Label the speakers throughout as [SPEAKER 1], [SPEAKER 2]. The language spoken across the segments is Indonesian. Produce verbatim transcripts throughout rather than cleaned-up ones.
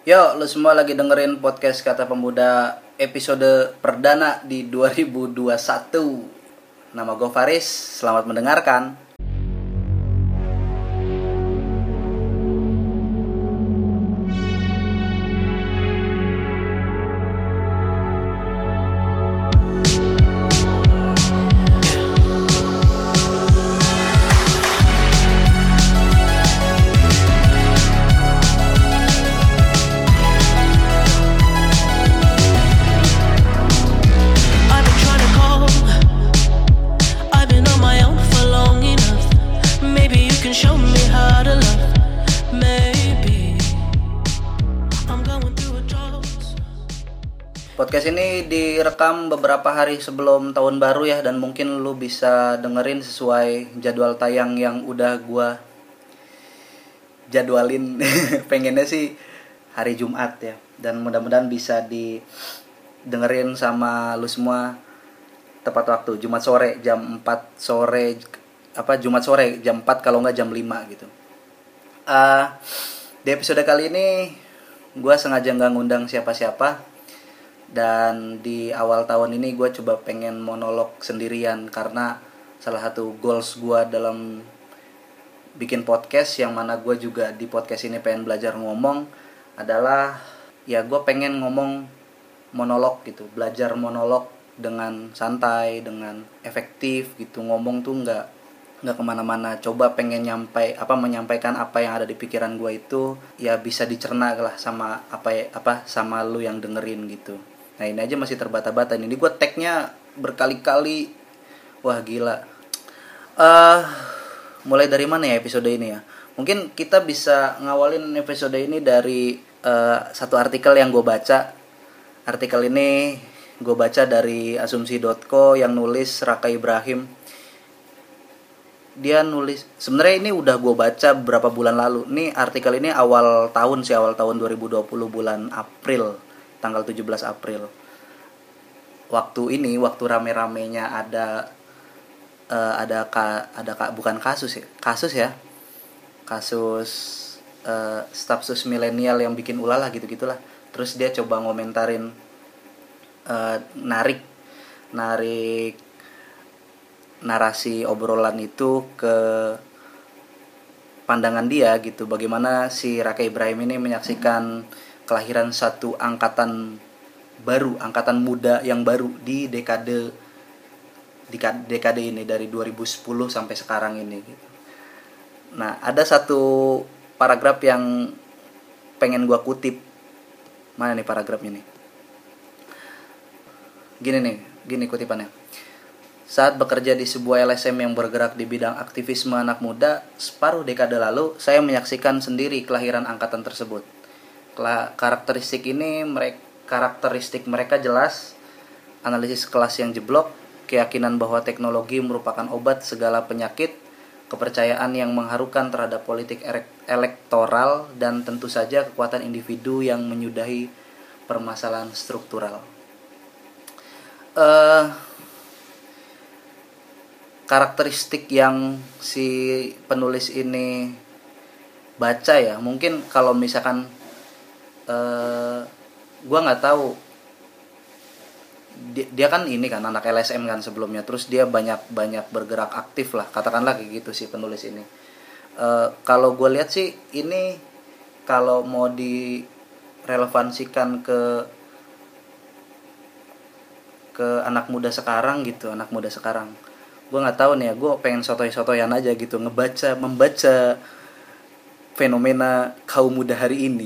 [SPEAKER 1] Yo, lu semua lagi dengerin podcast Kata Pemuda episode perdana di dua ribu dua puluh satu. Nama gue Faris, selamat mendengarkan. Podcast ini direkam beberapa hari sebelum tahun baru ya, dan mungkin lu bisa dengerin sesuai jadwal tayang yang udah gua jadwalin. Pengennya sih hari Jumat ya, dan mudah-mudahan bisa didengerin sama lu semua tepat waktu Jumat sore jam empat sore apa Jumat sore jam empat kalau nggak jam lima gitu. Uh, di episode kali ini gua sengaja nggak ngundang siapa-siapa. Dan di awal tahun ini gue coba pengen monolog sendirian, karena salah satu goals gue dalam bikin podcast, yang mana gue juga di podcast ini pengen belajar ngomong, adalah ya gue pengen ngomong monolog gitu, belajar monolog dengan santai, dengan efektif gitu. Ngomong tuh nggak nggak kemana-mana, coba pengen nyampai apa menyampaikan apa yang ada di pikiran gue itu ya bisa dicerna lah sama apa ya, apa sama lu yang dengerin gitu. Nah ini aja masih terbata-bata. Ini gue tag-nya berkali-kali. Wah gila. uh, Mulai dari mana ya episode ini ya? Mungkin kita bisa ngawalin episode ini dari uh, satu artikel yang gue baca. Artikel ini gue baca dari asumsi dot co yang nulis Raka Ibrahim. Dia nulis, sebenarnya ini udah gue baca beberapa bulan lalu. Ini artikel ini awal tahun sih, awal tahun dua ribu dua puluh, bulan April, tanggal tujuh belas April. Waktu ini, waktu rame-ramenya ada uh, ada ka, ada ka, bukan kasus ya, kasus ya, kasus uh, stafsus milenial yang bikin ulah lah gitu-gitulah. Terus dia coba ngomentarin, uh, narik, narik narasi obrolan itu ke pandangan dia gitu. Bagaimana si Raka Ibrahim ini menyaksikan kelahiran satu angkatan baru, angkatan muda yang baru di dekade di dekade ini dari dua ribu sepuluh sampai sekarang ini gitu. Nah, ada satu paragraf yang pengen gua kutip. Mana nih paragrafnya nih? Gini nih, gini kutipannya. Saat bekerja di sebuah L S M yang bergerak di bidang aktivisme anak muda, separuh dekade lalu saya menyaksikan sendiri kelahiran angkatan tersebut. Karakteristik ini mereka karakteristik mereka jelas: analisis kelas yang jeblok, keyakinan bahwa teknologi merupakan obat segala penyakit, kepercayaan yang mengharukan terhadap politik elektoral, dan tentu saja kekuatan individu yang menyudahi permasalahan struktural. Uh, karakteristik yang si penulis ini baca ya, mungkin kalau misalkan uh, gue nggak tahu, dia, dia kan ini kan anak L S M kan sebelumnya, terus dia banyak banyak bergerak aktif lah, katakanlah kayak gitu sih penulis ini. Uh, kalau gue lihat sih ini kalau mau direlevansikan ke ke anak muda sekarang gitu, anak muda sekarang, gue nggak tahu nih ya, gue pengen sotoy-sotoyan aja gitu, ngebaca membaca fenomena kaum muda hari ini.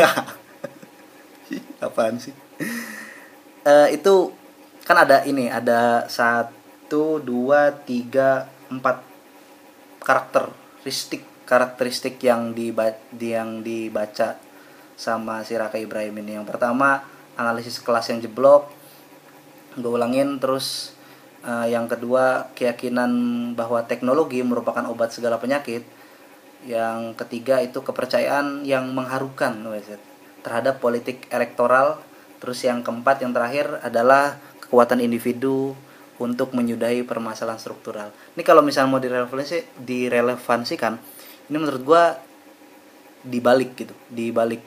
[SPEAKER 1] Apaan sih? Uh, itu kan ada ini, ada satu, dua, tiga, empat karakteristik karakteristik yang dibaca, yang dibaca sama si Raka Ibrahim ini. Yang pertama, analisis kelas yang jeblok. Gue ulangin terus. Uh, yang kedua, keyakinan bahwa teknologi merupakan obat segala penyakit. Yang ketiga itu kepercayaan yang mengharukan terhadap politik elektoral. Terus yang keempat, yang terakhir adalah kekuatan individu untuk menyudahi permasalahan struktural. Ini kalau misalnya mau direlevansi, direlevansikan, ini menurut gue dibalik gitu, dibalik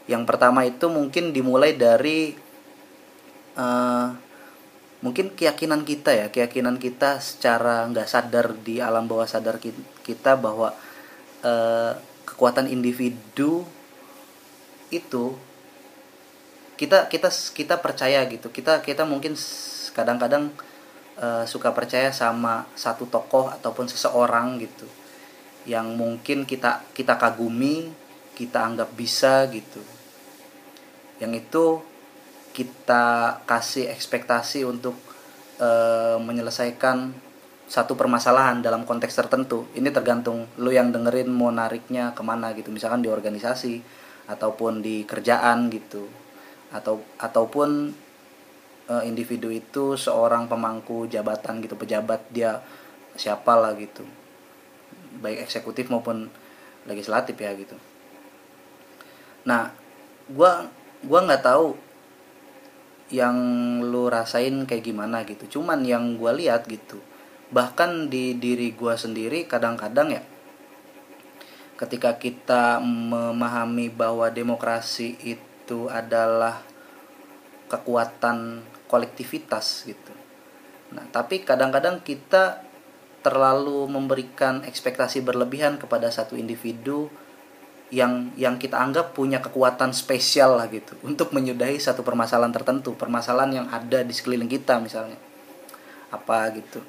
[SPEAKER 1] Yang pertama itu mungkin dimulai dari uh, mungkin keyakinan kita ya, keyakinan kita secara nggak sadar di alam bawah sadar kita bahwa uh, kekuatan individu itu kita kita kita percaya gitu. Kita kita mungkin kadang-kadang uh, suka percaya sama satu tokoh ataupun seseorang gitu, yang mungkin kita kita kagumi, kita anggap bisa gitu. Yang itu kita kasih ekspektasi untuk e, menyelesaikan satu permasalahan dalam konteks tertentu. Ini tergantung lu yang dengerin mau nariknya kemana gitu. Misalkan di organisasi ataupun di kerjaan gitu, atau ataupun e, individu itu seorang pemangku jabatan gitu, pejabat, dia siapa lah gitu, baik eksekutif maupun legislatif ya gitu. Nah, gua gua nggak tahu yang lu rasain kayak gimana gitu. Cuman yang gue lihat gitu, bahkan di diri gue sendiri kadang-kadang ya, ketika kita memahami bahwa demokrasi itu adalah kekuatan kolektivitas gitu. Nah, tapi kadang-kadang kita terlalu memberikan ekspektasi berlebihan kepada satu individu yang yang kita anggap punya kekuatan spesial lah gitu untuk menyudahi satu permasalahan tertentu, permasalahan yang ada di sekeliling kita misalnya apa gitu.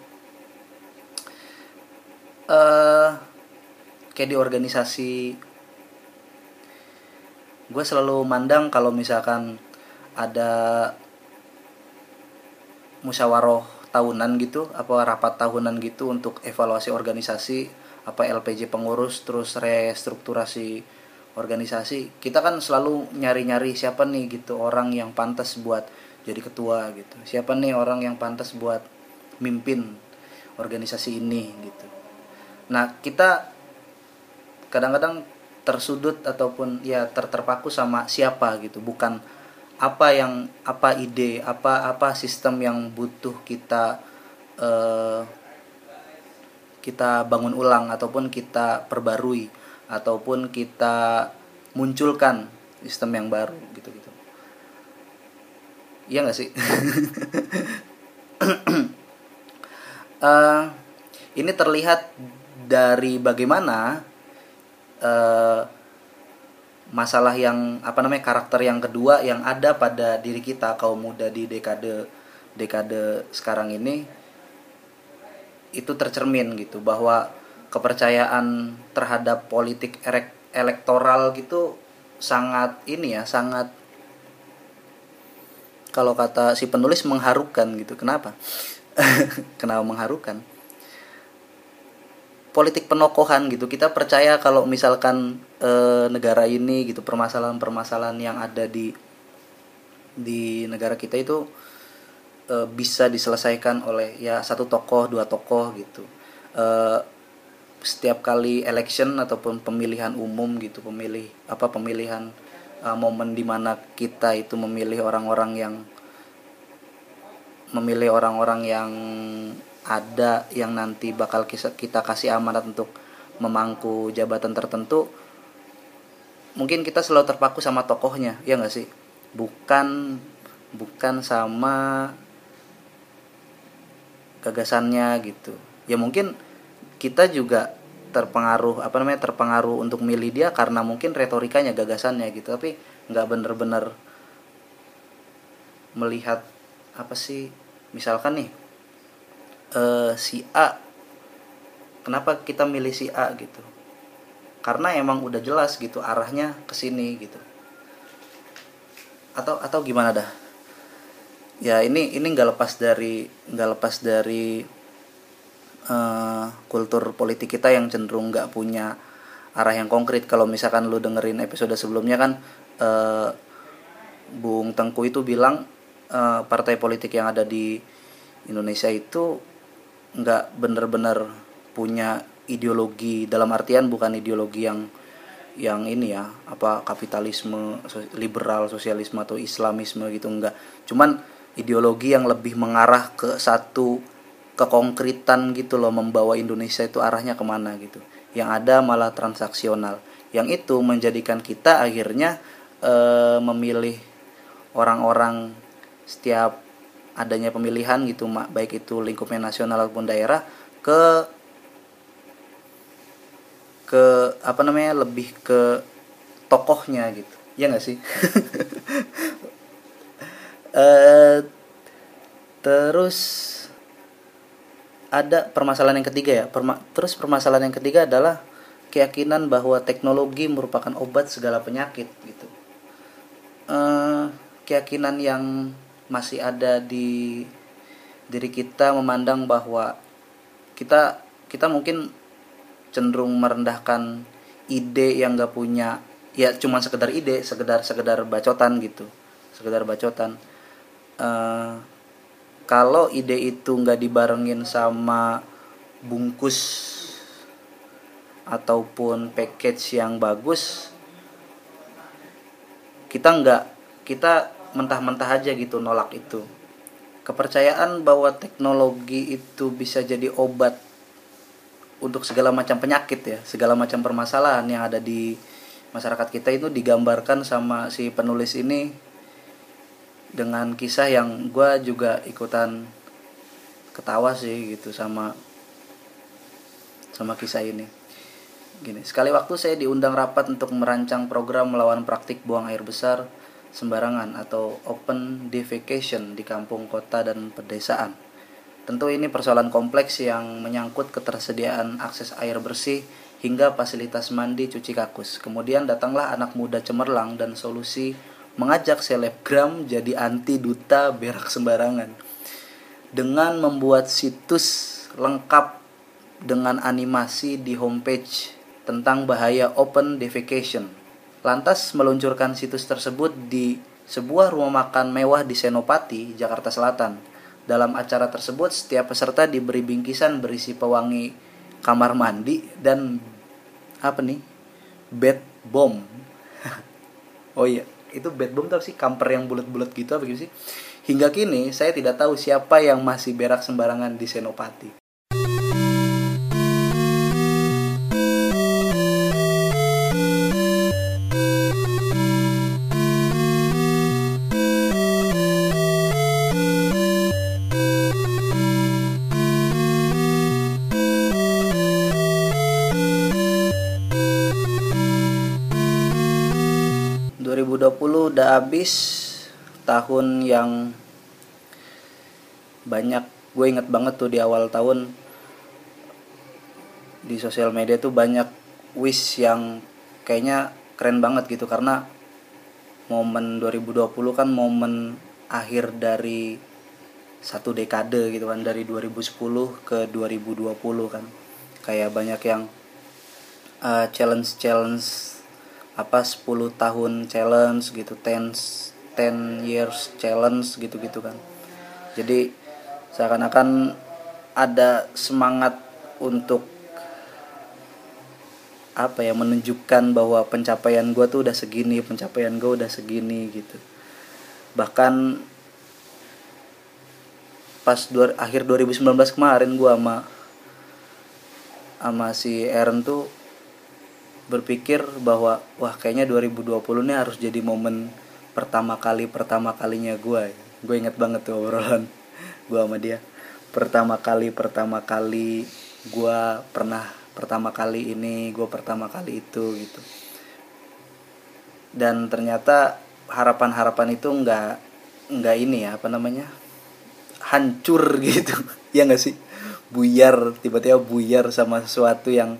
[SPEAKER 1] Uh, kayak di organisasi, gue selalu mandang kalau misalkan ada musyawarah tahunan gitu, apa rapat tahunan gitu untuk evaluasi organisasi, apa L P J pengurus, terus restrukturasi organisasi, kita kan selalu nyari-nyari siapa nih gitu orang yang pantas buat jadi ketua gitu, siapa nih orang yang pantas buat mimpin organisasi ini gitu. Nah, kita kadang-kadang tersudut ataupun ya terterpaku sama siapa gitu, bukan apa yang apa ide apa apa sistem yang butuh kita eh, kita bangun ulang ataupun kita perbarui ataupun kita munculkan sistem yang baru gitu-gitu. Iya nggak sih? uh, ini terlihat dari bagaimana uh, masalah yang apa namanya karakter yang kedua yang ada pada diri kita kaum muda di dekade dekade sekarang ini itu tercermin gitu, bahwa kepercayaan terhadap politik elektoral gitu sangat ini ya, sangat kalau kata si penulis mengharukan gitu. Kenapa? Kenapa mengharukan? Politik penokohan gitu. Kita percaya kalau misalkan e, negara ini gitu, permasalahan-permasalahan yang ada di di negara kita itu e, bisa diselesaikan oleh ya satu tokoh, dua tokoh gitu. E, setiap kali election ataupun pemilihan umum gitu, pemilih apa pemilihan uh, momen dimana kita itu memilih orang-orang yang memilih orang-orang yang ada yang nanti bakal kita kasih amanat untuk memangku jabatan tertentu, mungkin kita selalu terpaku sama tokohnya, ya nggak sih? Bukan bukan sama gagasannya gitu. Ya mungkin kita juga terpengaruh apa namanya terpengaruh untuk milih dia karena mungkin retorikanya, gagasannya gitu, tapi nggak bener-bener melihat apa sih, misalkan nih eh, si A, kenapa kita milih si A gitu, karena emang udah jelas gitu arahnya ke sini gitu, atau atau gimana dah ya. Ini ini nggak lepas dari nggak lepas dari Uh, kultur politik kita yang cenderung nggak punya arah yang konkret. Kalau misalkan lu dengerin episode sebelumnya kan uh, Bung Tengku itu bilang uh, partai politik yang ada di Indonesia itu nggak bener-bener punya ideologi, dalam artian bukan ideologi yang yang ini ya apa kapitalisme, liberal, sosialisme atau islamisme gitu, enggak. Cuman ideologi yang lebih mengarah ke satu kekonkretan gitu loh, membawa Indonesia itu arahnya kemana gitu. Yang ada malah transaksional, yang itu menjadikan kita akhirnya eh, memilih orang-orang setiap adanya pemilihan gitu, baik itu lingkupnya nasional ataupun daerah, ke ke apa namanya lebih ke tokohnya gitu, ya nggak sih? eh terus ada permasalahan yang ketiga ya. Perma- terus permasalahan yang ketiga adalah keyakinan bahwa teknologi merupakan obat segala penyakit gitu. Eh, keyakinan yang masih ada di diri kita memandang bahwa kita kita mungkin cenderung merendahkan ide yang gak punya, ya cuma sekedar ide, sekedar sekedar bacotan gitu, sekedar bacotan. Eh, kalau ide itu nggak dibarengin sama bungkus ataupun package yang bagus, kita nggak kita mentah-mentah aja gitu nolak itu. Kepercayaan bahwa teknologi itu bisa jadi obat untuk segala macam penyakit ya, segala macam permasalahan yang ada di masyarakat kita itu digambarkan sama si penulis ini dengan kisah yang gue juga ikutan ketawa sih gitu sama sama kisah ini. Gini, sekali waktu saya diundang rapat untuk merancang program melawan praktik buang air besar sembarangan atau open defecation di kampung, kota, dan pedesaan. Tentu ini persoalan kompleks yang menyangkut ketersediaan akses air bersih hingga fasilitas mandi cuci kakus. Kemudian datanglah anak muda cemerlang dan solusi mengajak selebgram jadi anti duta berak sembarangan dengan membuat situs lengkap dengan animasi di homepage tentang bahaya open defecation. Lantas meluncurkan situs tersebut di sebuah rumah makan mewah di Senopati, Jakarta Selatan. Dalam acara tersebut setiap peserta diberi bingkisan berisi pewangi kamar mandi dan apa nih? Bed bomb. Oh iya, itu bed bomb tuh sih, kamper yang bulat-bulat gitu apa gitu sih. Hingga kini saya tidak tahu siapa yang masih berak sembarangan di Senopati. dua ribu dua puluh udah habis, tahun yang banyak. Gue inget banget tuh di awal tahun di sosial media tuh banyak wish yang kayaknya keren banget gitu, karena momen dua ribu dua puluh kan momen akhir dari satu dekade gitu kan, dari dua ribu sepuluh ke dua ribu dua puluh kan. Kayak banyak yang uh, challenge-challenge apa sepuluh tahun challenge gitu, ten ten years challenge gitu-gitu kan. Jadi seakan-akan ada semangat untuk apa ya, menunjukkan bahwa pencapaian gue tuh udah segini, pencapaian gue udah segini gitu. Bahkan pas dua, akhir dua ribu sembilan belas kemarin gue sama sama si Aaron tuh berpikir bahwa wah kayaknya dua ribu dua puluh ini harus jadi momen pertama kali pertama kalinya gue. Gue inget banget tuh obrolan gue sama dia. Pertama kali pertama kali gue pernah, pertama kali ini, gue pertama kali itu gitu. Dan ternyata harapan-harapan itu nggak nggak ini ya, apa namanya, hancur gitu. Ya nggak sih, buyar, tiba-tiba buyar sama sesuatu yang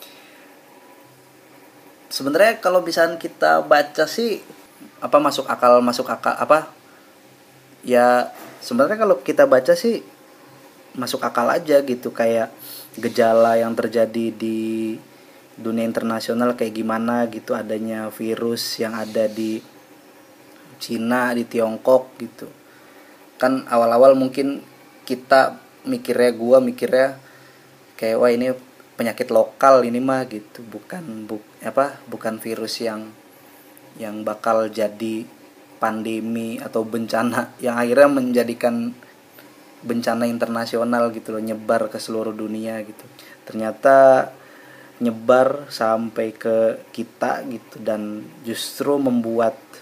[SPEAKER 1] sebenarnya kalau bisa kita baca sih apa masuk akal masuk akal apa ya, sebenarnya kalau kita baca sih masuk akal aja gitu. Kayak gejala yang terjadi di dunia internasional kayak gimana gitu, adanya virus yang ada di Cina, di Tiongkok gitu kan. Awal-awal mungkin kita mikirnya, gua mikirnya kayak wah ini penyakit lokal ini mah gitu, bukan bu, apa bukan virus yang yang bakal jadi pandemi atau bencana yang akhirnya menjadikan bencana internasional gitu loh, nyebar ke seluruh dunia gitu. Ternyata nyebar sampai ke kita gitu, dan justru membuat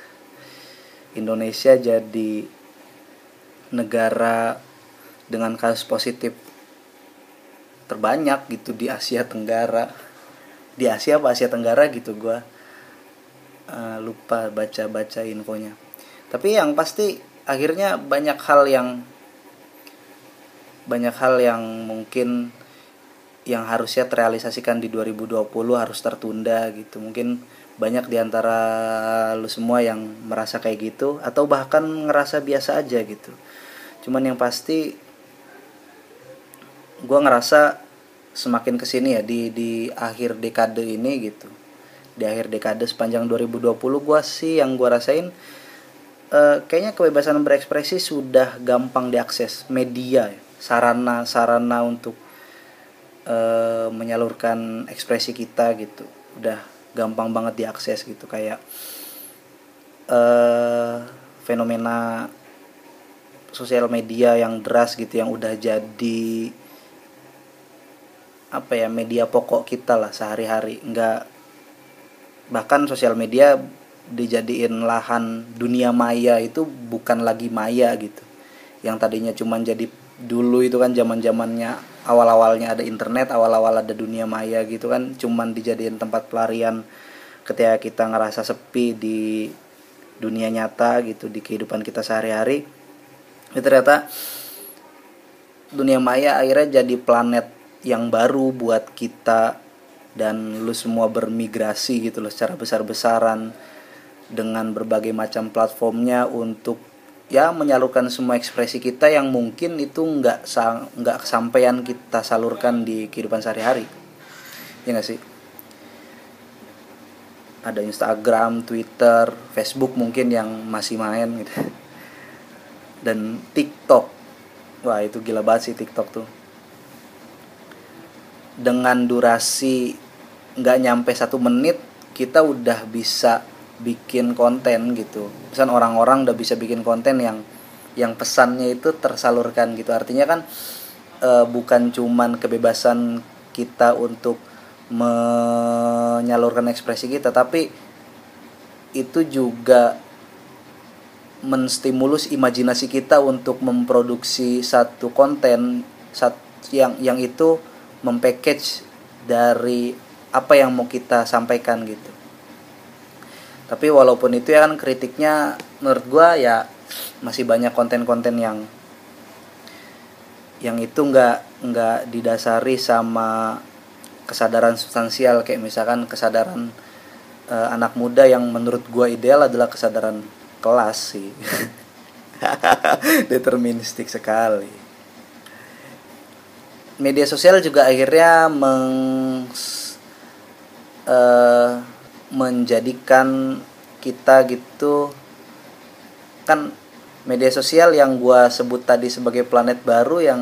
[SPEAKER 1] Indonesia jadi negara dengan kasus positif terbanyak gitu di Asia Tenggara. Di Asia apa Asia Tenggara gitu, gue uh, lupa baca-baca infonya. Tapi yang pasti akhirnya banyak hal yang banyak hal yang mungkin yang harusnya terrealisasikan di dua ribu dua puluh harus tertunda gitu. Mungkin banyak diantara lu semua yang merasa kayak gitu atau bahkan ngerasa biasa aja gitu. Cuman yang pasti gue ngerasa semakin kesini ya di di akhir dekade ini gitu, di akhir dekade sepanjang dua ribu dua puluh gue sih yang gue rasain uh, kayaknya kebebasan berekspresi sudah gampang diakses. Media, sarana sarana untuk uh, menyalurkan ekspresi kita gitu udah gampang banget diakses gitu. Kayak uh, fenomena sosial media yang deras gitu, yang udah jadi apa ya, media pokok kita lah sehari-hari. Enggak, bahkan sosial media dijadiin lahan dunia maya, itu bukan lagi maya gitu. Yang tadinya cuman jadi, dulu itu kan zaman-zamannya awal-awalnya ada internet, awal-awal ada dunia maya gitu kan, cuman dijadiin tempat pelarian ketika kita ngerasa sepi di dunia nyata gitu, di kehidupan kita sehari-hari. Itu ternyata dunia maya akhirnya jadi planet yang baru buat kita, dan lu semua bermigrasi gitu loh secara besar-besaran dengan berbagai macam platformnya untuk ya menyalurkan semua ekspresi kita yang mungkin itu nggak nggak kesampaian kita salurkan di kehidupan sehari-hari. Ya nggak sih? Ada Instagram, Twitter, Facebook mungkin yang masih main gitu, dan TikTok. Wah itu gila banget sih TikTok tuh. Dengan durasi nggak nyampe satu menit kita udah bisa bikin konten gitu. Pesan orang-orang udah bisa bikin konten yang yang pesannya itu tersalurkan gitu. Artinya kan e, bukan cuman kebebasan kita untuk menyalurkan ekspresi kita, tapi itu juga menstimulus imajinasi kita untuk memproduksi satu konten satu yang yang itu mempackage dari apa yang mau kita sampaikan gitu. Tapi walaupun itu ya kan kritiknya menurut gue ya masih banyak konten-konten yang yang itu nggak nggak didasari sama kesadaran substansial. Kayak misalkan kesadaran uh, anak muda yang menurut gue ideal adalah kesadaran kelas sih. Deterministik sekali. Media sosial juga akhirnya meng, uh, menjadikan kita gitu kan. Media sosial yang gue sebut tadi sebagai planet baru yang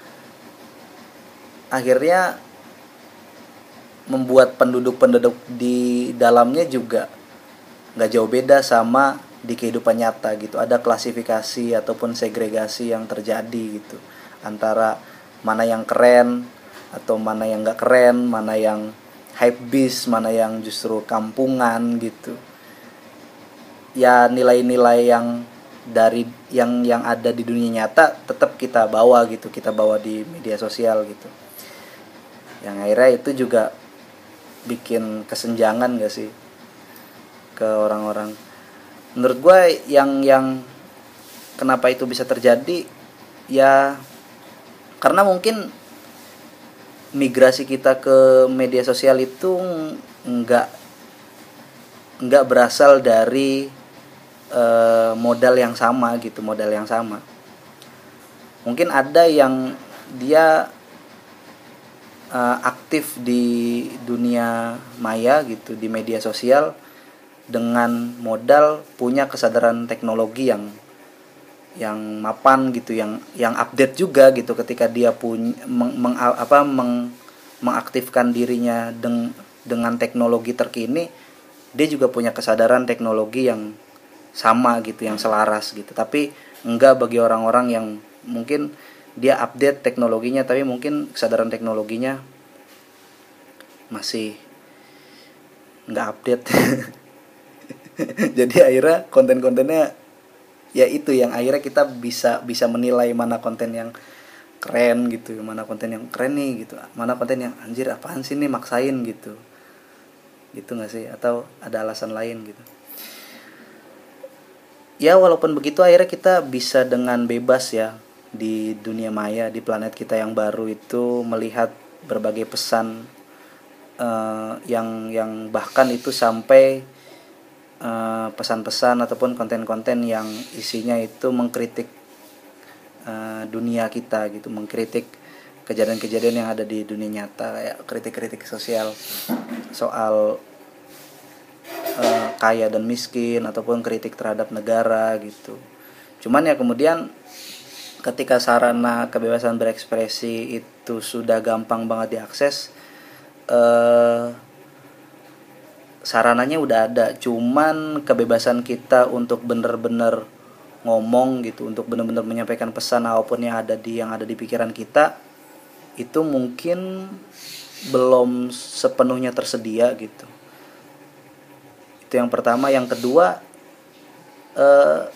[SPEAKER 1] akhirnya membuat penduduk-penduduk di dalamnya juga gak jauh beda sama di kehidupan nyata gitu. Ada klasifikasi ataupun segregasi yang terjadi gitu, antara mana yang keren atau mana yang gak keren, mana yang hype beast, mana yang justru kampungan gitu. Ya nilai-nilai yang dari yang yang ada di dunia nyata tetap kita bawa gitu, kita bawa di media sosial gitu. Yang akhirnya itu juga bikin kesenjangan gak sih ke orang-orang. Menurut gue yang yang kenapa itu bisa terjadi ya karena mungkin migrasi kita ke media sosial itu nggak nggak berasal dari uh, modal yang sama gitu, modal yang sama. Mungkin ada yang dia uh, aktif di dunia maya gitu, di media sosial dengan modal punya kesadaran teknologi yang yang mapan gitu, yang yang update juga gitu. Ketika dia punya meng, meng, apa meng, mengaktifkan dirinya deng, dengan teknologi terkini, dia juga punya kesadaran teknologi yang sama gitu, yang selaras gitu. Tapi enggak bagi orang-orang yang mungkin dia update teknologinya tapi mungkin kesadaran teknologinya masih enggak update. Jadi akhirnya konten-kontennya Ya itu yang akhirnya kita bisa bisa menilai mana konten yang keren gitu, mana konten yang keren nih gitu, mana konten yang anjir apaan sih nih maksain gitu, gitu nggak sih, atau ada alasan lain gitu. Ya walaupun begitu akhirnya kita bisa dengan bebas ya di dunia maya, di planet kita yang baru itu melihat berbagai pesan uh, yang yang bahkan itu sampai uh, pesan-pesan ataupun konten-konten yang isinya itu mengkritik uh, dunia kita gitu, mengkritik kejadian-kejadian yang ada di dunia nyata, kayak kritik-kritik sosial soal uh, kaya dan miskin ataupun kritik terhadap negara gitu. Cuman ya kemudian ketika sarana kebebasan berekspresi itu sudah gampang banget diakses, uh, sarananya udah ada, cuman kebebasan kita untuk bener-bener ngomong gitu, untuk bener-bener menyampaikan pesan apapun yang ada di yang ada di pikiran kita itu mungkin belum sepenuhnya tersedia gitu. Itu yang pertama. Yang kedua, eh,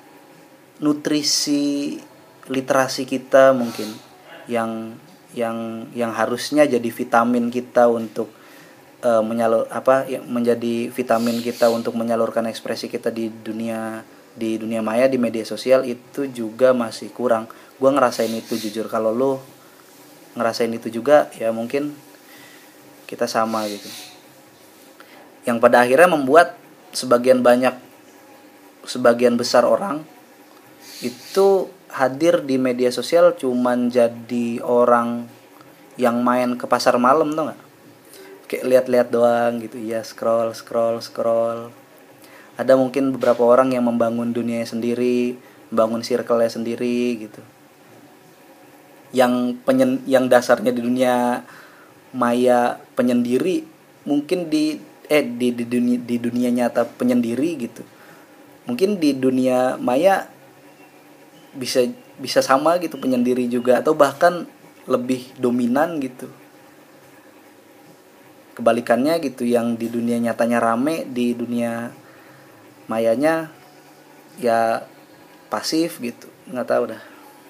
[SPEAKER 1] nutrisi literasi kita mungkin yang yang yang harusnya jadi vitamin kita untuk uh, menyalur apa ya, menjadi vitamin kita untuk menyalurkan ekspresi kita di dunia di dunia maya, di media sosial, itu juga masih kurang. Gue ngerasain itu jujur. Kalau lo ngerasain itu juga ya mungkin kita sama gitu. Yang pada akhirnya membuat sebagian banyak sebagian besar orang itu hadir di media sosial cuman jadi orang yang main ke pasar malam, tau gak? Kayak lihat-lihat doang gitu, ya scroll, scroll, scroll. Ada mungkin beberapa orang yang membangun dunianya sendiri, membangun circle-nya sendiri gitu. Yang penyen, yang dasarnya di dunia maya penyendiri, mungkin di eh di di dunia, di dunia nyata penyendiri gitu. Mungkin di dunia maya bisa bisa sama gitu, penyendiri juga, atau bahkan lebih dominan gitu. Kebalikannya gitu, yang di dunia nyatanya rame, di dunia mayanya ya pasif gitu, nggak tahu dah.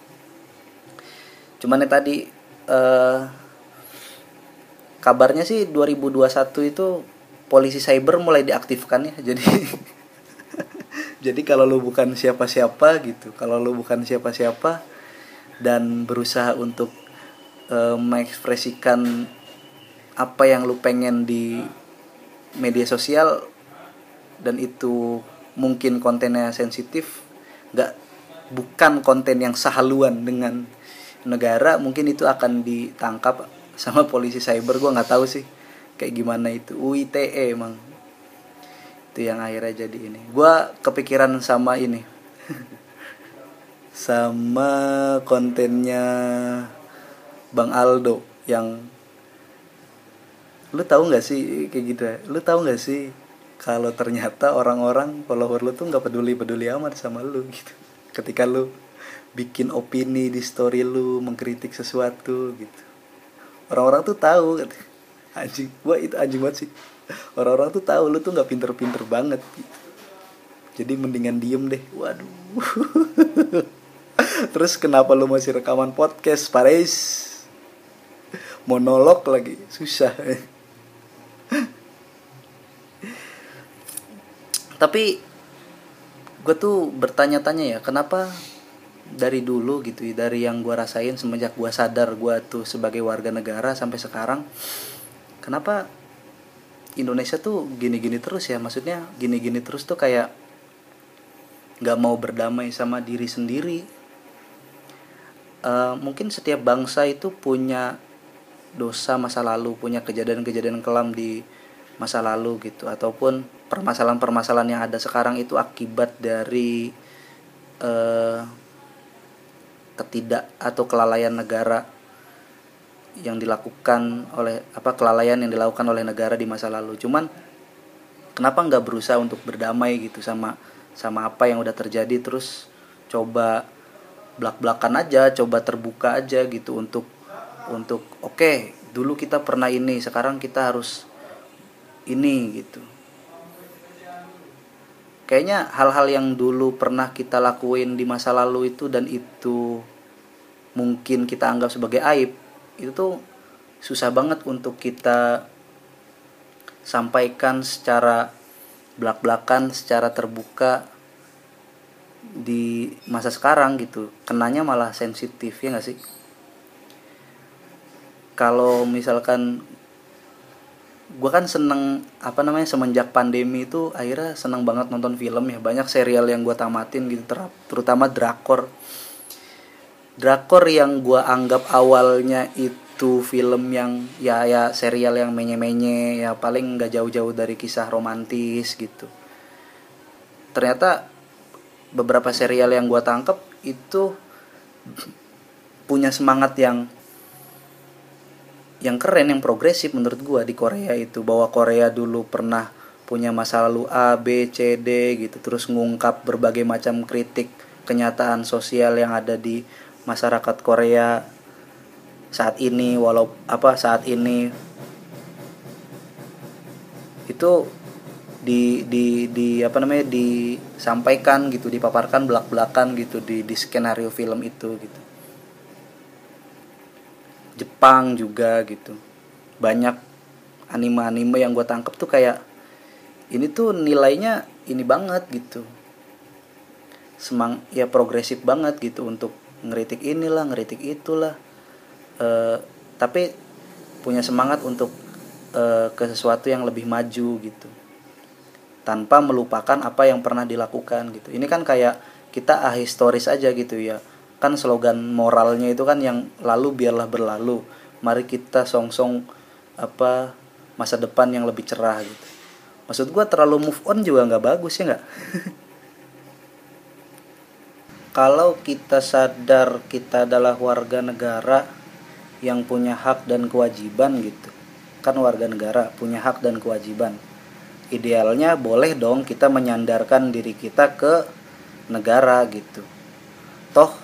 [SPEAKER 1] Cuman ya tadi eh, kabarnya sih dua ribu dua puluh satu itu polisi cyber mulai diaktifkan ya, jadi jadi kalau lu bukan siapa-siapa gitu, kalau lu bukan siapa-siapa dan berusaha untuk e, mengekspresikan apa yang lu pengen di media sosial, dan itu mungkin kontennya sensitif, nggak bukan konten yang sehaluan dengan negara, mungkin itu akan ditangkap sama polisi cyber. Gue nggak tahu sih kayak gimana itu, U I T E emang itu yang akhirnya jadi ini. Gue kepikiran sama ini sama kontennya Bang Aldo yang, lu tahu nggak sih kayak gitu ya, lu tahu nggak sih kalau ternyata orang-orang follower lu tuh nggak peduli peduli amat sama lu gitu, ketika lu bikin opini di story lu mengkritik sesuatu gitu. Orang-orang tuh tahu, anjing, gua itu anjing banget sih. Orang-orang tuh tahu lu tuh nggak pinter-pinter banget gitu. Jadi mendingan diem deh. Waduh. Terus kenapa lu masih rekaman podcast, Paris? Monolog lagi, susah. Tapi gue tuh bertanya-tanya ya, kenapa dari dulu gitu, dari yang gue rasain semenjak gue sadar gue tuh sebagai warga negara sampai sekarang, kenapa Indonesia tuh gini-gini terus ya? Maksudnya gini-gini terus tuh kayak gak mau berdamai sama diri sendiri. Uh, mungkin setiap bangsa itu punya dosa masa lalu, punya kejadian-kejadian kelam di masa lalu gitu, ataupun permasalahan-permasalahan yang ada sekarang itu akibat dari uh, ketidak atau kelalaian negara yang dilakukan oleh apa kelalaian yang dilakukan oleh negara di masa lalu. Cuman kenapa nggak berusaha untuk berdamai gitu sama sama apa yang udah terjadi, terus coba belak-belakan aja, coba terbuka aja gitu untuk untuk oke, okay, dulu kita pernah ini, sekarang kita harus ini gitu. kayaknya hal-hal yang dulu pernah kita lakuin di masa lalu itu dan itu mungkin kita anggap sebagai aib, itu tuh susah banget untuk kita sampaikan secara belak-belakan, secara terbuka di masa sekarang gitu. Kenanya malah sensitif, ya gak sih? Kalau misalkan gue kan seneng apa namanya semenjak pandemi itu akhirnya seneng banget nonton film ya. Banyak serial yang gue tamatin gitu, ter- terutama drakor. Drakor yang gue anggap awalnya itu film yang ya ya serial yang menye-menye ya, paling nggak jauh-jauh dari kisah romantis gitu. Ternyata beberapa serial yang gue tangkep itu punya semangat yang yang keren, yang progresif menurut gue di Korea itu. Bahwa Korea dulu pernah punya masa lalu A, B, C, D gitu, terus ngungkap berbagai macam kritik kenyataan sosial yang ada di masyarakat Korea saat ini. Walau apa saat ini itu di di di apa namanya disampaikan gitu, dipaparkan belak-belakan gitu di di skenario film itu gitu. Jepang juga gitu, banyak anime-anime yang gue tangkep tuh kayak ini tuh nilainya ini banget gitu, semang ya progresif banget gitu untuk ngeritik inilah ngeritik itulah, e, tapi punya semangat untuk e, ke sesuatu yang lebih maju gitu, tanpa melupakan apa yang pernah dilakukan gitu. Ini kan kayak kita ahistoris aja gitu ya. Kan slogan moralnya itu kan yang lalu biarlah berlalu, mari kita songsong apa masa depan yang lebih cerah gitu. Maksud gue terlalu move on juga nggak bagus ya nggak. Kalau kita sadar kita adalah warga negara yang punya hak dan kewajiban gitu, kan warga negara punya hak dan kewajiban, idealnya boleh dong kita menyandarkan diri kita ke negara gitu. Toh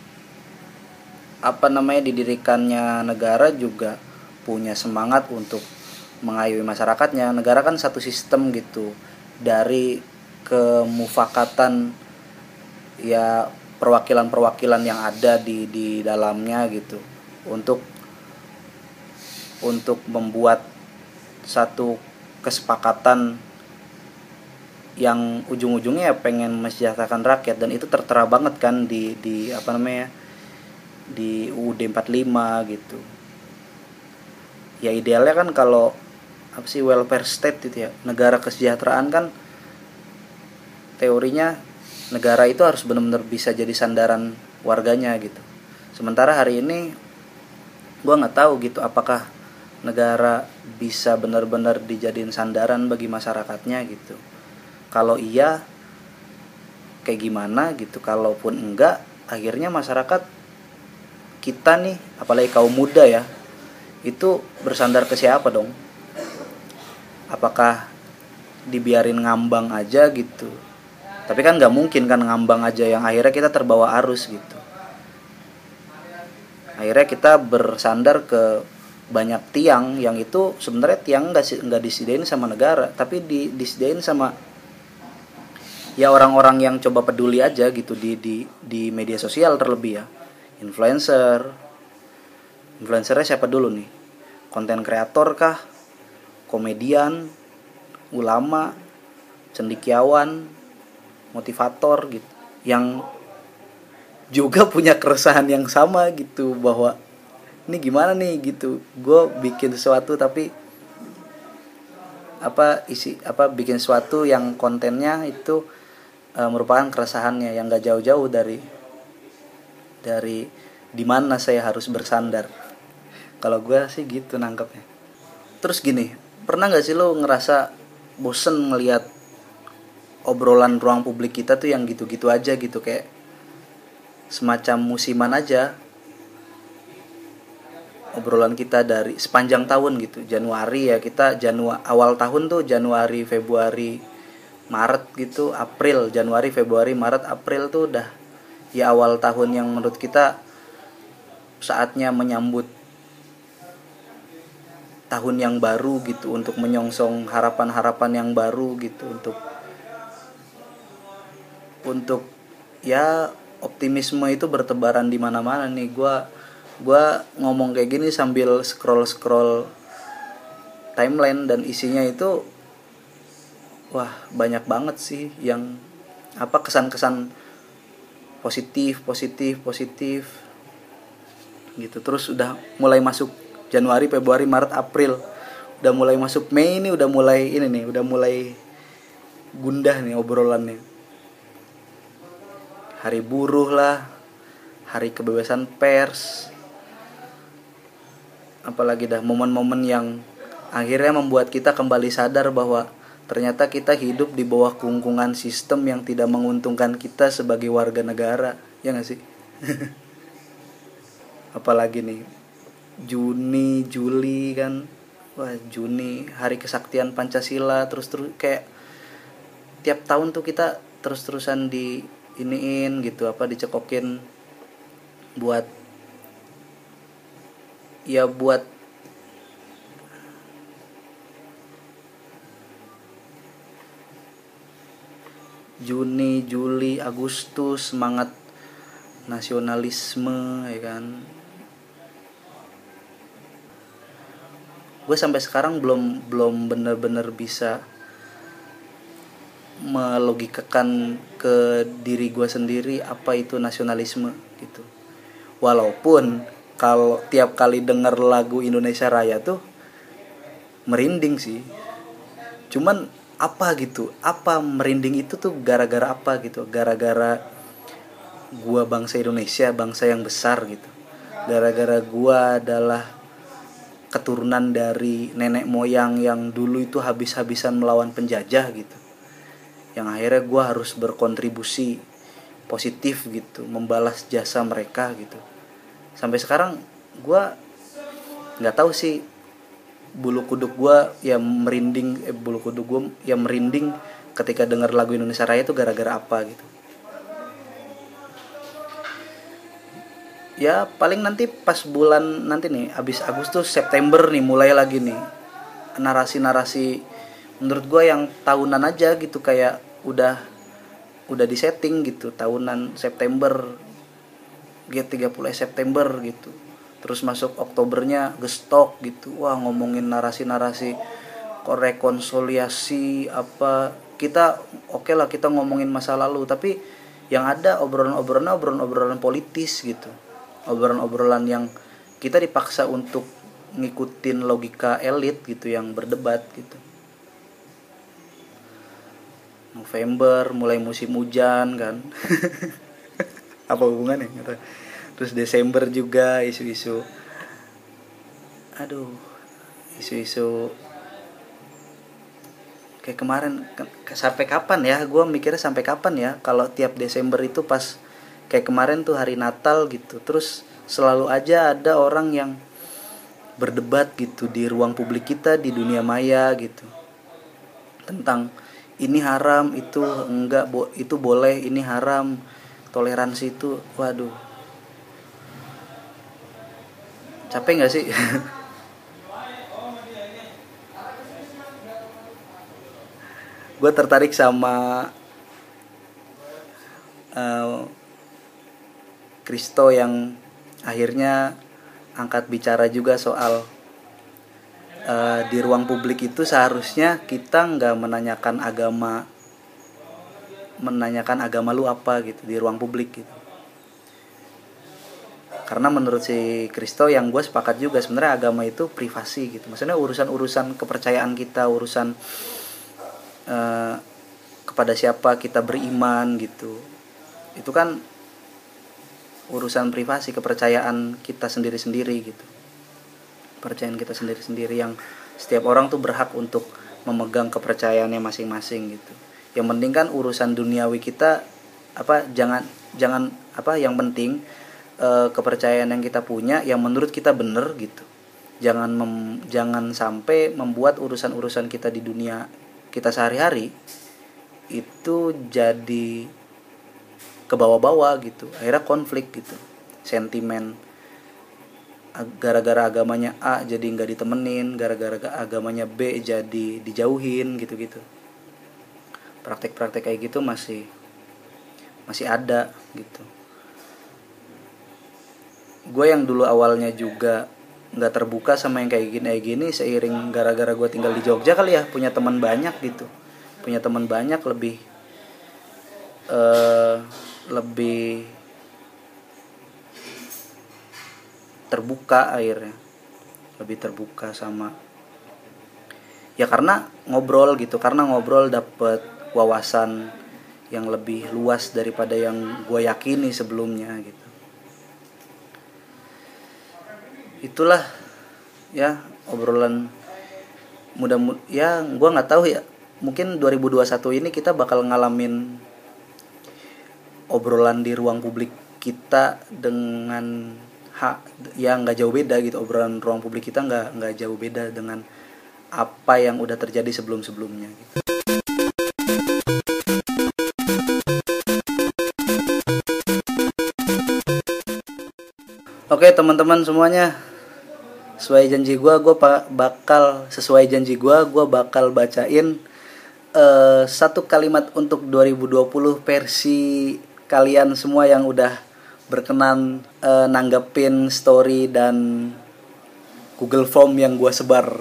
[SPEAKER 1] apa namanya didirikannya negara juga punya semangat untuk mengayomi masyarakatnya. Negara kan satu sistem gitu, dari kemufakatan ya perwakilan-perwakilan yang ada di di dalamnya gitu, untuk untuk membuat satu kesepakatan yang ujung-ujungnya ya pengen mensejahterakan rakyat. Dan itu tertera banget kan di di apa namanya di U U D empat puluh lima gitu. Ya idealnya kan kalau apa sih welfare state gitu ya, negara kesejahteraan kan teorinya negara itu harus benar-benar bisa jadi sandaran warganya gitu. Sementara hari ini gue nggak tahu gitu apakah negara bisa benar-benar dijadiin sandaran bagi masyarakatnya gitu. Kalau iya kayak gimana gitu, kalaupun enggak akhirnya masyarakat kita nih, apalagi kaum muda ya, itu bersandar ke siapa dong? Apakah dibiarin ngambang aja gitu? Tapi kan nggak mungkin kan ngambang aja, yang akhirnya kita terbawa arus gitu. Akhirnya kita bersandar ke banyak tiang yang itu sebenarnya tiang nggak nggak disediain sama negara, tapi di, disediain sama ya orang-orang yang coba peduli aja gitu di di di media sosial terlebih ya. Influencer, influencernya siapa dulu nih? Konten kreator kah? Komedian, ulama, cendekiawan, motivator gitu, yang juga punya keresahan yang sama gitu, bahwa ini gimana nih gitu, gue bikin sesuatu tapi apa isi apa bikin sesuatu yang kontennya itu e, merupakan keresahannya yang nggak jauh-jauh dari dari di mana saya harus bersandar. Kalau gue sih gitu nangkepnya. Terus gini, pernah nggak sih lo ngerasa bosen ngelihat obrolan ruang publik kita tuh yang gitu-gitu aja gitu, kayak semacam musiman aja obrolan kita dari sepanjang tahun gitu. Januari ya kita Januari awal tahun tuh Januari, Februari, Maret gitu, April, Januari, Februari, Maret, April tuh udah ya awal tahun yang menurut kita saatnya menyambut tahun yang baru gitu, untuk menyongsong harapan-harapan yang baru gitu, untuk untuk ya optimisme itu bertebaran di mana-mana nih. Gua gua ngomong kayak gini sambil scroll-scroll timeline dan isinya itu wah banyak banget sih yang apa kesan-kesan positif, positif, positif gitu. Terus udah mulai masuk Januari, Februari, Maret, April. Udah mulai masuk Mei ini udah mulai ini nih, udah mulai gundah nih obrolannya. Hari buruh lah, hari kebebasan pers. Apalagi dah momen-momen yang akhirnya membuat kita kembali sadar bahwa ternyata kita hidup di bawah kungkungan sistem yang tidak menguntungkan kita sebagai warga negara. Ya gak sih? Apalagi nih Juni, Juli kan. Wah, Juni hari kesaktian Pancasila. Terus-terus kayak tiap tahun tuh kita terus-terusan di iniin gitu, apa dicekokin buat ya buat Juni, Juli, Agustus semangat nasionalisme ya kan. Gue sampai sekarang belum belum bener-bener bisa melogikakan ke diri gue sendiri apa itu nasionalisme gitu. Walaupun kalau tiap kali denger lagu Indonesia Raya tuh merinding sih. Cuman apa gitu, apa merinding itu tuh gara-gara apa gitu, gara-gara gua bangsa Indonesia, bangsa yang besar gitu, gara-gara gua adalah keturunan dari nenek moyang yang dulu itu habis-habisan melawan penjajah gitu, yang akhirnya gua harus berkontribusi positif gitu, membalas jasa mereka gitu. Sampai sekarang gua nggak tahu sih bulu kuduk gue ya merinding eh, bulu kuduk gue ya merinding ketika dengar lagu Indonesia Raya itu gara-gara apa gitu. Ya paling nanti pas bulan nanti nih abis Agustus September nih mulai lagi nih narasi-narasi menurut gue yang tahunan aja gitu, kayak udah udah disetting gitu, tahunan September G tiga puluh September gitu. Terus masuk Oktobernya gestok gitu. Wah, ngomongin narasi-narasi rekonsiliasi apa. Kita oke okay lah kita ngomongin masa lalu, tapi yang ada obrolan-obrolan obrolan-obrolan politis gitu. Obrolan-obrolan yang kita dipaksa untuk ngikutin logika elit gitu yang berdebat gitu. November mulai musim hujan kan. Apa hubungannya? Terus Desember juga isu-isu, aduh, isu-isu kayak kemarin ke, sampai kapan ya? Gue mikirnya sampai kapan ya? Kalau tiap Desember itu pas kayak kemarin tuh hari Natal gitu, terus selalu aja ada orang yang berdebat gitu di ruang publik kita di dunia maya gitu tentang ini haram, itu enggak, bo- itu boleh, ini haram, toleransi itu, waduh. Capek gak sih? Gue tertarik sama Kristo uh, yang akhirnya angkat bicara juga soal uh, di ruang publik itu seharusnya kita gak menanyakan agama menanyakan agama lu apa gitu di ruang publik gitu. Karena menurut si Kristo yang gue sepakat juga, sebenarnya agama itu privasi gitu. Maksudnya urusan-urusan kepercayaan kita, urusan uh, kepada siapa kita beriman gitu. Itu kan urusan privasi, kepercayaan kita sendiri-sendiri gitu. Kepercayaan kita sendiri-sendiri yang setiap orang tuh berhak untuk memegang kepercayaannya masing-masing gitu. Yang penting kan urusan duniawi kita apa jangan jangan apa yang penting kepercayaan yang kita punya yang menurut kita benar gitu. Jangan mem, jangan sampai membuat urusan-urusan kita di dunia kita sehari-hari itu jadi ke bawah-bawah gitu. Akhirnya konflik gitu. Sentimen gara-gara agamanya A jadi enggak ditemenin, gara-gara agamanya B jadi dijauhin gitu-gitu. Praktek-praktek kayak gitu masih masih ada gitu. Gue yang dulu awalnya juga nggak terbuka sama yang kayak gini kayak gini seiring gara-gara gue tinggal di Jogja kali ya, punya teman banyak gitu, punya teman banyak lebih uh, lebih terbuka akhirnya, lebih terbuka sama ya karena ngobrol gitu, karena ngobrol dapet wawasan yang lebih luas daripada yang gue yakini sebelumnya gitu. Itulah ya obrolan mudah ya, gue nggak tahu ya, mungkin dua ribu dua puluh satu ini kita bakal ngalamin obrolan di ruang publik kita dengan hak ya nggak jauh beda gitu, obrolan ruang publik kita nggak nggak jauh beda dengan apa yang udah terjadi sebelum sebelumnya gitu. Oke teman-teman semuanya, sesuai janji gue, gue bakal sesuai janji gue, gue bakal bacain uh, satu kalimat untuk dua ribu dua puluh versi kalian semua yang udah berkenan uh, nanggepin story dan Google Form yang gue sebar.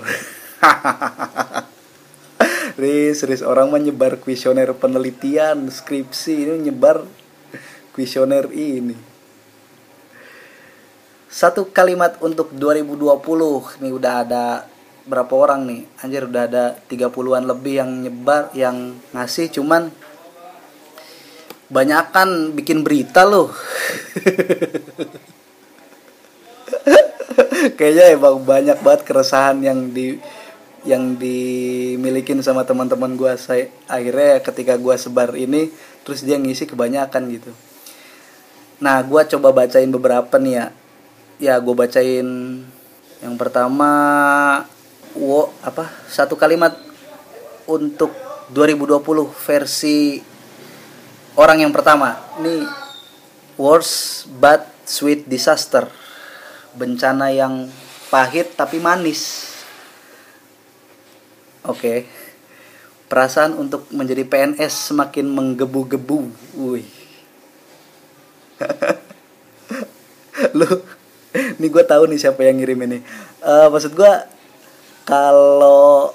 [SPEAKER 1] Riz, Riz orang menyebar kuesioner penelitian skripsi, ini nyebar kuesioner ini. Satu kalimat untuk dua ribu dua puluh. Nih udah ada berapa orang nih? Anjir udah ada tiga puluhan lebih yang nyebar, yang ngasih, cuman banyakan bikin berita loh. Kayaknya emang banyak banget keresahan yang di yang dimilikin sama teman-teman gue. Saya akhirnya ketika gue sebar ini, terus dia ngisi kebanyakan gitu. Nah, gue coba bacain beberapa nih ya. Ya gue bacain yang pertama, wo, apa satu kalimat untuk dua ribu dua puluh versi orang yang pertama. Ini worst but sweet disaster, bencana yang pahit tapi manis. Oke, perasaan untuk menjadi P N S semakin menggebu-gebu. Wih. Lu ini gue tahu nih siapa yang ngirim ini. Uh, maksud gue kalau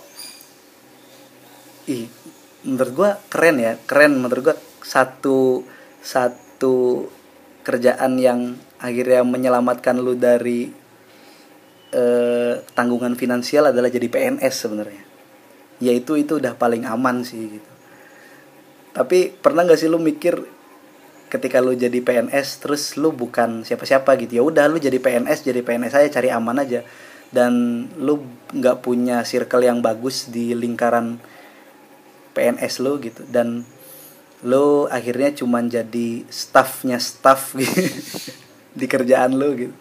[SPEAKER 1] ih menurut gue keren ya, keren menurut gue satu satu kerjaan yang akhirnya menyelamatkan lu dari uh, tanggungan finansial adalah jadi P N S sebenarnya. Ya itu itu udah paling aman sih gitu. Tapi pernah nggak sih lu mikir ketika lu jadi P N S terus lu bukan siapa-siapa gitu, ya udah lu jadi P N S jadi P N S aja, cari aman aja, dan lu nggak punya circle yang bagus di lingkaran P N S lu gitu, dan lu akhirnya cuman jadi staffnya staff gitu di kerjaan lu gitu.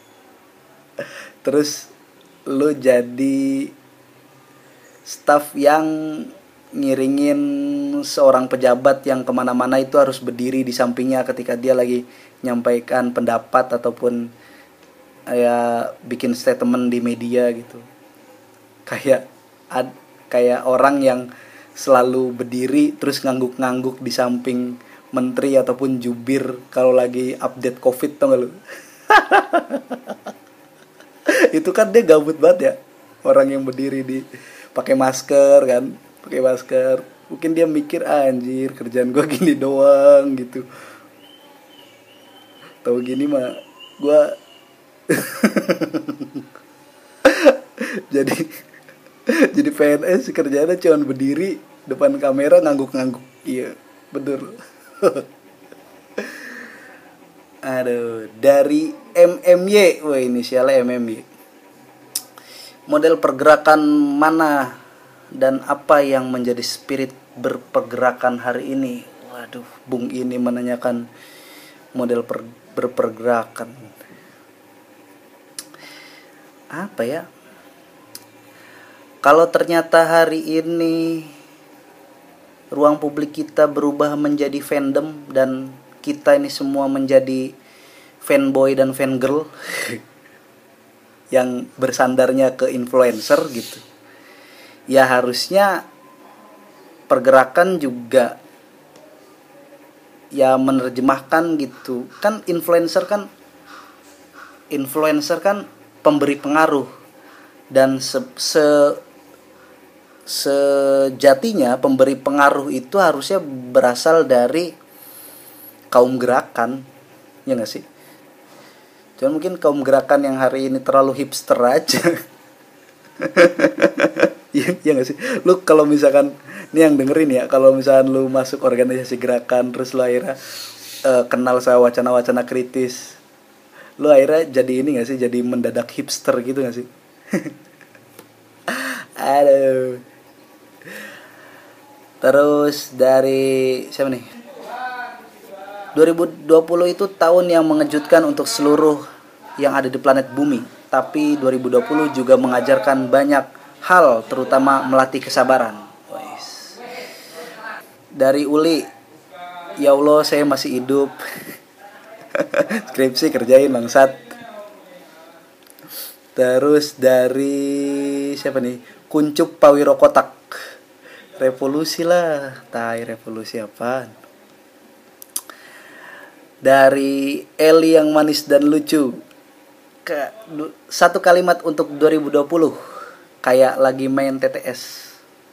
[SPEAKER 1] Terus lu jadi staff yang ngiringin seorang pejabat yang kemana-mana itu harus berdiri di sampingnya ketika dia lagi nyampaikan pendapat ataupun ya bikin statement di media gitu. Kayak ad, kayak orang yang selalu berdiri terus ngangguk-ngangguk di samping menteri ataupun jubir kalau lagi update COVID, tau gak lu? Itu kan dia gabut banget ya, orang yang berdiri di pakai masker kan, pakai masker. Mungkin dia mikir, ah, anjir kerjaan gue gini doang gitu. Tahu gini mah gue jadi jadi P N S kerjaannya cuma berdiri depan kamera ngangguk-ngangguk. Iya, bener. Aduh, dari M M Y, wah inisialnya M M Y. Model pergerakan mana dan apa yang menjadi spirit berpergerakan hari ini? Waduh, Bung ini menanyakan model per, berpergerakan. Apa ya? Kalau ternyata hari ini ruang publik kita berubah menjadi fandom dan kita ini semua menjadi fanboy dan fangirl yang bersandarnya ke influencer gitu, ya harusnya pergerakan juga ya menerjemahkan gitu kan. Influencer kan influencer kan pemberi pengaruh, dan se, se sejatinya pemberi pengaruh itu harusnya berasal dari kaum gerakan, ya nggak sih? Cuman mungkin kaum gerakan yang hari ini terlalu hipster aja. Iya, iya nggak sih? Lu kalau misalkan ini yang dengerin ya, kalau misalkan lu masuk organisasi gerakan terus lu akhirnya uh, kenal sama wacana-wacana kritis, lu akhirnya jadi ini nggak sih? Jadi mendadak hipster gitu nggak sih? Aduh. Terus dari siapa nih? dua ribu dua puluh itu tahun yang mengejutkan untuk seluruh yang ada di planet bumi. Tapi dua ribu dua puluh juga mengajarkan banyak hal, terutama melatih kesabaran. Dari Uli, ya Allah saya masih hidup. Skripsi kerjain bangsat. Terus dari siapa nih? Kuncup Pawiro Kotak. Revolusi lah, tai revolusi apaan? Dari Eli yang manis dan lucu. Ke, satu kalimat untuk dua ribu dua puluh, kayak lagi main T T S.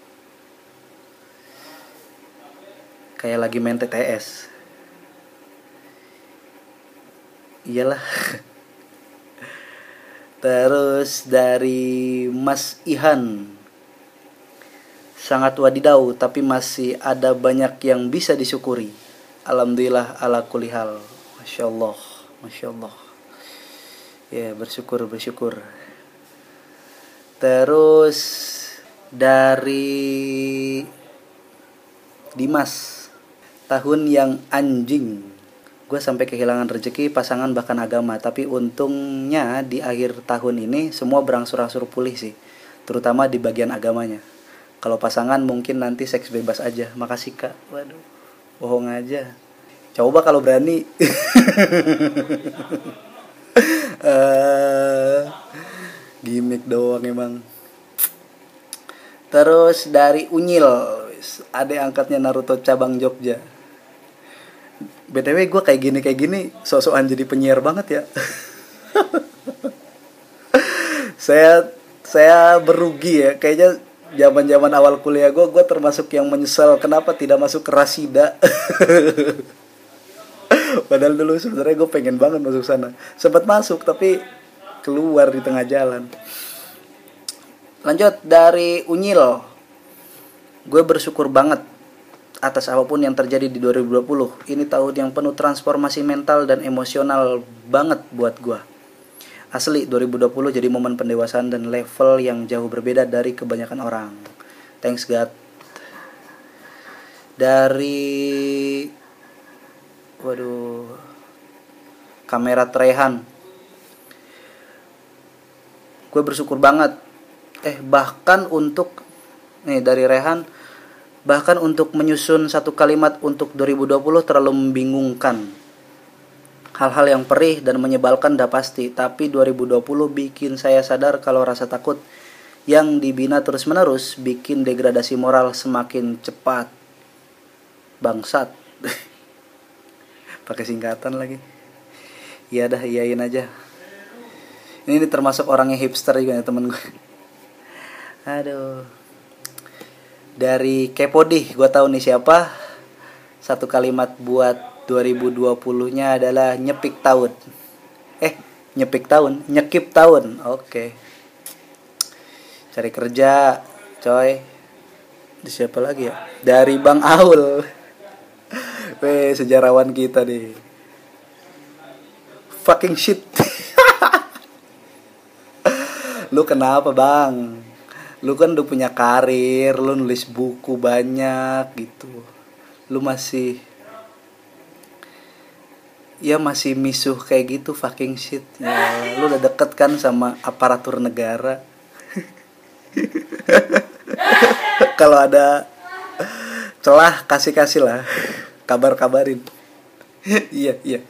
[SPEAKER 1] Kayak lagi main T T S. Iyalah. Terus dari Mas Ihan, sangat wadidau, tapi masih ada banyak yang bisa disyukuri. Alhamdulillah ala kulli hal. Masya Allah, Masya Allah. Ya, bersyukur, bersyukur. Terus dari Dimas, tahun yang anjing. Gue sampai kehilangan rezeki, pasangan, bahkan agama. Tapi untungnya di akhir tahun ini semua berangsur-angsur pulih sih, terutama di bagian agamanya. Kalau pasangan mungkin nanti seks bebas aja. Makasih kak. Waduh, bohong aja. Coba kalau berani. uh, Gimik doang emang. Terus dari Unyil, adek angkatnya Naruto cabang Jogja. B T W gue kayak gini kayak gini sok-sokan jadi penyiar banget ya. saya saya berugi ya kayaknya. Zaman-zaman awal kuliah gue, gue termasuk yang menyesal kenapa tidak masuk ke Rasida. Padahal dulu sebenarnya gue pengen banget masuk sana. Sempat masuk tapi keluar di tengah jalan. Lanjut dari Unyil, gue bersyukur banget atas apapun yang terjadi di dua ribu dua puluh. Ini tahun yang penuh transformasi mental dan emosional banget buat gue. Asli dua ribu dua puluh jadi momen pendewasaan dan level yang jauh berbeda dari kebanyakan orang. Thanks God. Dari waduh kamera Trehan, gue bersyukur banget. Eh bahkan untuk nih dari Rehan, bahkan untuk menyusun satu kalimat untuk dua ribu dua puluh terlalu membingungkan. Hal-hal yang perih dan menyebalkan dah pasti, tapi dua ribu dua puluh bikin saya sadar kalau rasa takut yang dibina terus-menerus bikin degradasi moral semakin cepat. Bangsat. Pakai singkatan lagi. Iya dah, iyain aja. Ini, ini termasuk orangnya hipster juga ya temen gue. Aduh. Dari Kepodih, gue tahu nih siapa. Satu kalimat buat dua ribu dua puluh-nya adalah nyepik tahun. Eh, nyepik tahun, nyekip tahun. Oke. Cari kerja, coy. Di siapa lagi ya? Dari Bang Aul. Weh, sejarawan kita nih. Fucking shit. Lu kenapa, Bang? Lu kan udah punya karir, lu nulis buku banyak gitu. Lu masih ya masih misuh kayak gitu, fucking shit. Ya, lu udah deket kan sama aparatur negara. Kalau ada celah kasih-kasih lah. Kabar-kabarin. Iya, iya.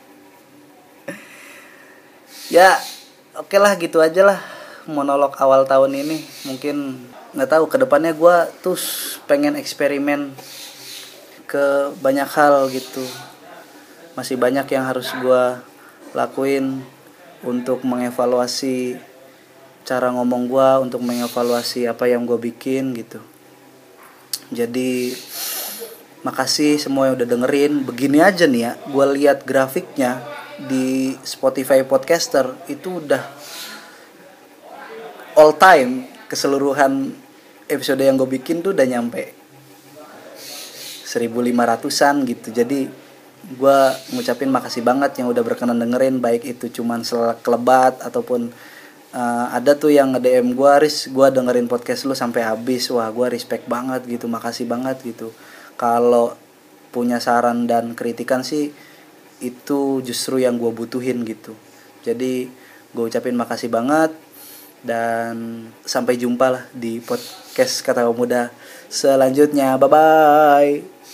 [SPEAKER 1] Ya, oke lah gitu aja lah monolog awal tahun ini. Mungkin nggak tahu kedepannya gue tuh pengen eksperimen ke ke banyak hal gitu. Masih banyak yang harus gue lakuin untuk mengevaluasi cara ngomong gue, untuk mengevaluasi apa yang gue bikin gitu. Jadi makasih semua yang udah dengerin. Begini aja nih ya, gue lihat grafiknya di Spotify Podcaster itu udah all time, keseluruhan episode yang gue bikin tuh udah nyampe seribu lima ratusan gitu. Jadi gue ngucapin makasih banget yang udah berkenan dengerin, baik itu cuman sekelebat ataupun uh, ada tuh yang nge-D M gue, Riz, gue dengerin podcast lu sampai habis. Wah, gue respect banget gitu, makasih banget gitu. Kalau punya saran dan kritikan sih itu justru yang gue butuhin gitu. Jadi gue ucapin makasih banget dan sampai jumpa lah di podcast Kata Pemuda selanjutnya. Bye bye.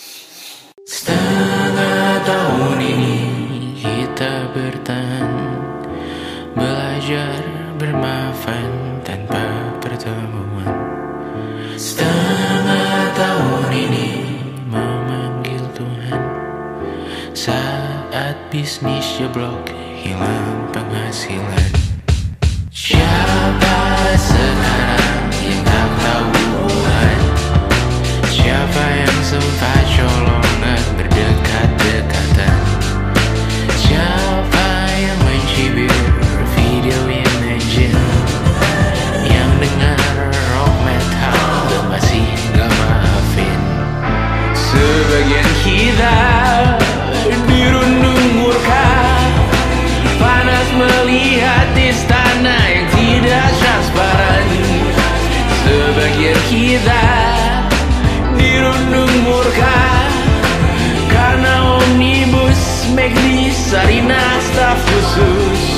[SPEAKER 2] Setengah tahun ini kita bertahan, belajar bermaafan tanpa pertemuan. Setengah tahun ini memanggil Tuhan saat bisnis jeblok, hilang penghasilan. Siapa sekarang yang tak tahu Tuhan? Siapa yang sempat colongan berdekat-dekatan? Siapa yang mencibir video Imagine, yang dengar rock metal dan masih gak maafin? Sebagian kita dirundung murka, panas melihat istana yang tidak transparan. Sebagian kita dirundung murka karena omnibus, Meglis, Sarina, staf khusus.